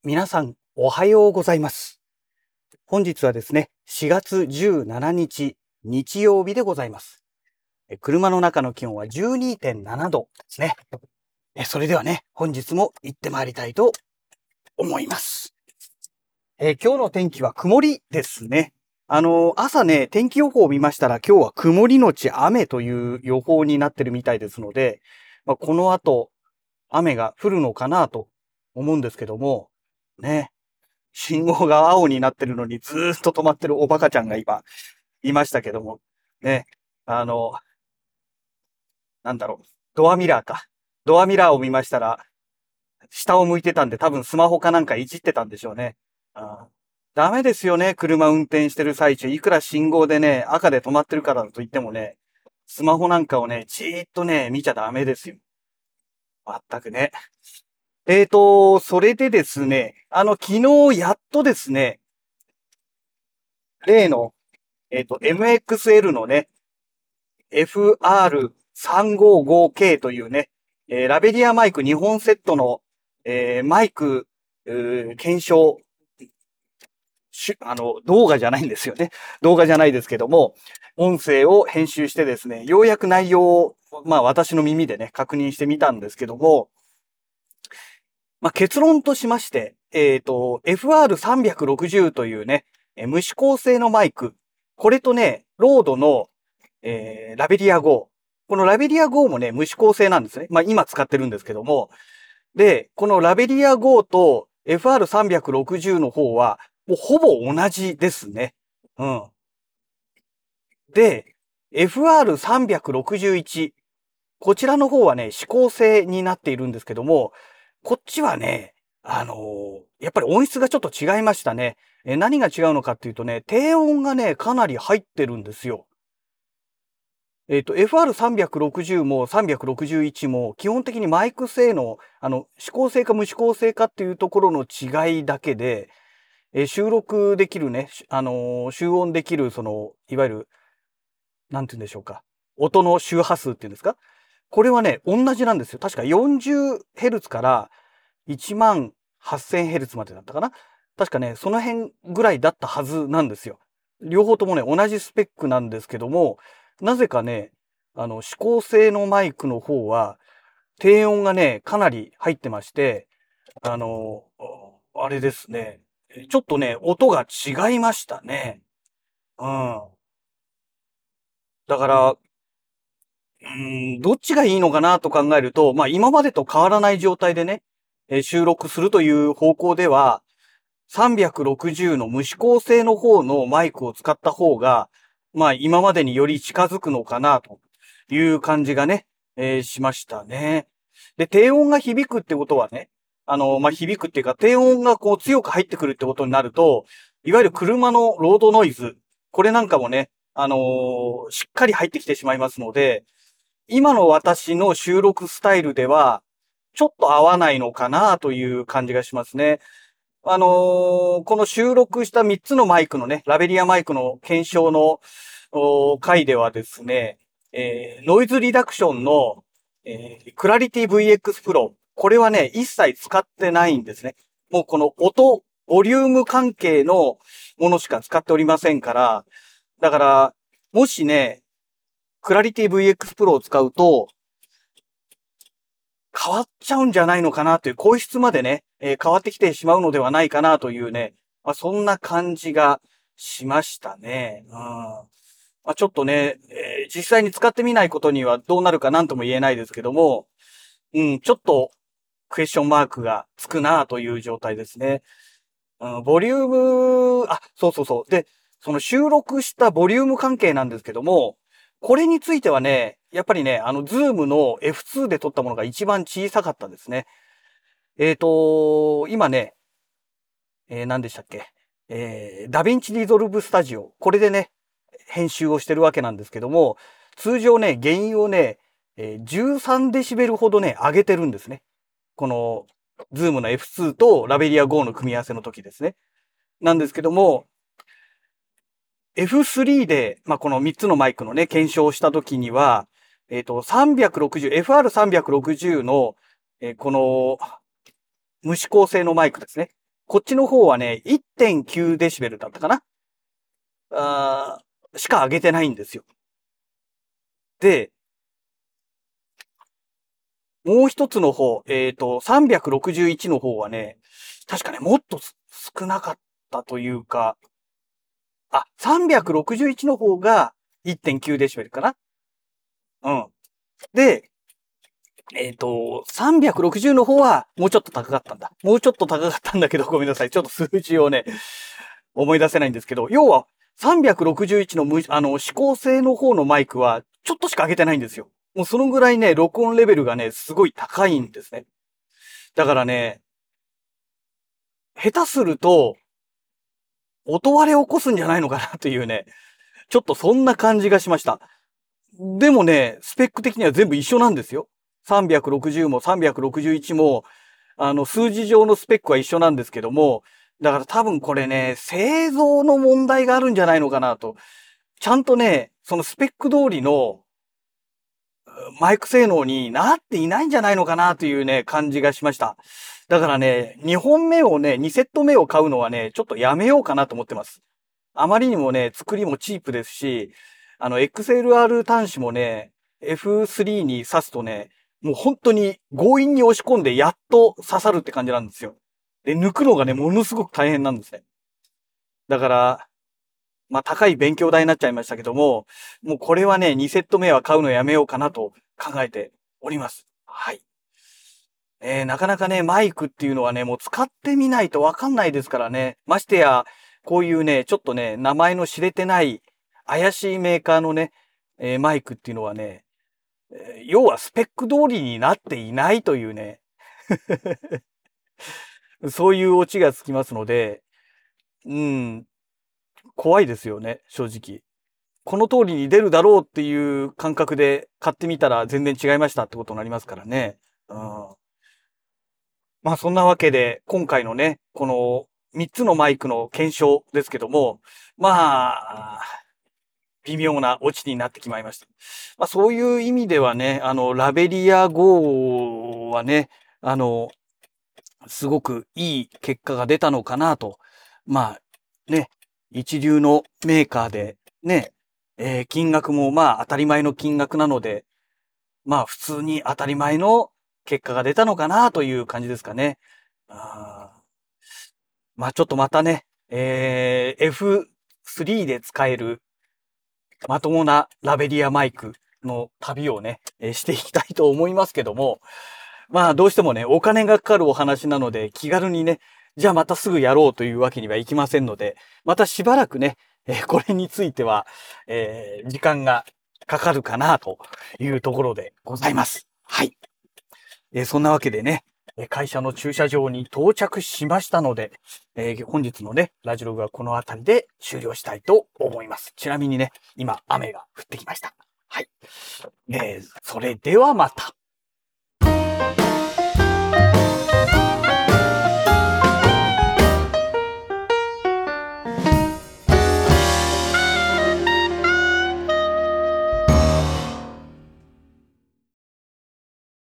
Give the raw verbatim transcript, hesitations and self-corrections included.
皆さん、おはようございます。本日はですね、しがつじゅうしちにち、日曜日でございます。え車の中の気温は じゅうにてんななどですね。えそれではね、本日も行ってまいりたいと思います。え今日の天気は曇りですね。あの、朝ね、天気予報を見ましたら、今日は曇りのち雨という予報になってるみたいですので、まあ、この後、雨が降るのかなと思うんですけども、ね、信号が青になってるのにずーっと止まってるおバカちゃんが今、いましたけども、ね、あの、なんだろう、ドアミラーか。ドアミラーを見ましたら、下を向いてたんで多分スマホかなんかいじってたんでしょうね。あダメですよね、車運転してる最中。いくら信号でね、赤で止まってるからといってもね、スマホなんかをね、じーっとね、見ちゃダメですよ。まったくね。えーと、それでですね、あの、昨日やっとですね、例の、えっと、エムエックスエル のね、エフアールさんごーごーケー というね、えーラベリアマイクにほんセットの、えーマイク、うー検証、しゅあの、動画じゃないんですよね。動画じゃないですけども、音声を編集してですね、ようやく内容を、まあ私の耳でね、確認してみたんですけども、まあ結論としまして、えっと、エフアールさんびゃくろくじゅう というね、えー無指向性のマイク、これとね、ロードのえー、ラベリア ゴー。このラベリア ゴー もね、無指向性なんですね。まあ今使ってるんですけども。で、このラベリア ゴー と エフアールさんびゃくろくじゅう の方は、もうほぼ同じですね。うん。で、エフアールさんびゃくろくじゅういち。こちらの方はね、指向性になっているんですけども、こっちはね、あのーやっぱり音質がちょっと違いましたね。え、何が違うのかっていうとね、低音がね、かなり入ってるんですよ。えっと、エフアールさんびゃくろくじゅう もさんびゃくろくじゅういちも基本的にマイク性能、あの、指向性か無指向性かっていうところの違いだけで、えー収録できるね、しあのー集音できる、その、いわゆる、なんて言うんでしょうか。音の周波数っていうんですか。これはね、同じなんですよ。確か よんじゅうヘルツ から いちまんはっせんヘルツ までだったかな。確かね、その辺ぐらいだったはずなんですよ。両方ともね、同じスペックなんですけども、なぜかね、あの、指向性のマイクの方は、低音がね、かなり入ってまして、あの、あれですね。ちょっとね、音が違いましたね。うん。だから、うーん、どっちがいいのかなと考えると、まあ今までと変わらない状態でね、えー収録するという方向では、さんびゃくろくじゅうの無指向性の方のマイクを使った方が、まあ今までにより近づくのかなという感じがね、えーしましたね。で、低音が響くってことはね、あの、まあ響くっていうか、低音がこう強く入ってくるってことになると、いわゆる車のロードノイズ、これなんかもね、あのーしっかり入ってきてしまいますので、今の私の収録スタイルでは、ちょっと合わないのかなという感じがしますね。あのーこの収録したみっつのマイクのね、ラベリアマイクの検証のお回ではですね、えーノイズリダクションの、えークラリティ ブイエックス Pro。これはね、一切使ってないんですね。もうこの音、ボリューム関係のものしか使っておりませんから、だから、もしね、クラリティ ブイエックス Pro を使うと、変わっちゃうんじゃないのかなという、声質までね、えー変わってきてしまうのではないかなというね、まあ、そんな感じがしましたね。うん。まあ、ちょっとね、えー実際に使ってみないことにはどうなるかなんとも言えないですけども、うん、ちょっとクエスチョンマークがつくなという状態ですね。うん、ボリューム、あ、そうそうそう。で、その収録したボリューム関係なんですけども、これについてはね、やっぱりね、あの、ズームの エフツー で撮ったものが一番小さかったですね。えーと、今ね、えー、何でしたっけ。えー、ダヴィンチリゾルブスタジオ。これでね、編集をしてるわけなんですけども、通常ね、原因をね、えーじゅうさんデシベルほどね、上げてるんですね。この、ズームの エフツー とラベリア ゴー の組み合わせの時ですね。なんですけども、エフスリー で、まあ、このみっつのマイクのね、検証をした時には、えっと、さんびゃくろくじゅう、エフアールさんびゃくろくじゅう の、えーこの、無指向性のマイクですね。 こっちの方はね、いってんきゅうデシベルだったかなあーしか上げてないんですよ。で、もう一つの方、えっと、さんびゃくろくじゅういちの方はね、確かね、もっと少なかったというか、あ、さんびゃくろくじゅういちの方が いってんきゅうデシベルかなうん。で、えっと、さんびゃくろくじゅうの方はもうちょっと高かったんだ。もうちょっと高かったんだけど、ごめんなさい。ちょっと数字をね、思い出せないんですけど、要はさんびゃくろくじゅういちの無、あの、指向性の方のマイクはちょっとしか上げてないんですよ。もうそのぐらいね、録音レベルがね、すごい高いんですね。だからね、下手すると、音割れを起こすんじゃないのかなというね、ちょっとそんな感じがしました。でもね、スペック的には全部一緒なんですよ。さんびゃくろくじゅうもさんびゃくろくじゅういちも、あの、数字上のスペックは一緒なんですけども、だから多分これね、製造の問題があるんじゃないのかなと。ちゃんとね、そのスペック通りのマイク性能になっていないんじゃないのかなというね、感じがしました。だからね、にほんめをね、にセット目を買うのはね、ちょっとやめようかなと思ってます。あまりにもね、作りもチープですし、あの、エックスエルアール 端子もね、エフスリー に挿すとね、もう本当に強引に押し込んでやっと刺さるって感じなんですよ。で、抜くのがね、ものすごく大変なんですね。だから、まあ高い勉強代になっちゃいましたけども、もうこれはね、にセット目は買うのやめようかなと考えております。はい。えー、なかなかね、マイクっていうのはね、もう使ってみないとわかんないですからね。ましてや、こういうね、ちょっとね、名前の知れてない怪しいメーカーのね、えーマイクっていうのはね、えー要はスペック通りになっていないというね、そういうオチがつきますので、うん、怖いですよね、正直。この通りに出るだろうっていう感覚で買ってみたら全然違いましたってことになりますからね。うん、まあそんなわけで、今回のね、このみっつのマイクの検証ですけども、まあ、微妙なオチになってきまいました。まあそういう意味ではね、あの、ラベリア ゴー はね、あの、すごくいい結果が出たのかなと。まあ、ね、一流のメーカーで、ね、えー金額もまあ当たり前の金額なので、まあ普通に当たり前の結果が出たのかなという感じですかね。あーまあちょっとまたね、えー エフスリー で使えるまともなラベリアマイクの旅をね、えーしていきたいと思いますけども、まあどうしてもね、お金がかかるお話なので気軽にね、じゃあまたすぐやろうというわけにはいきませんので、またしばらくね、えーこれについては、えー時間がかかるかなというところでございます。はい。えーそんなわけでね、え会社の駐車場に到着しましたので、えー本日のね、ラジログはこの辺りで終了したいと思います。ちなみにね、今雨が降ってきました。はい。えーそれではまた。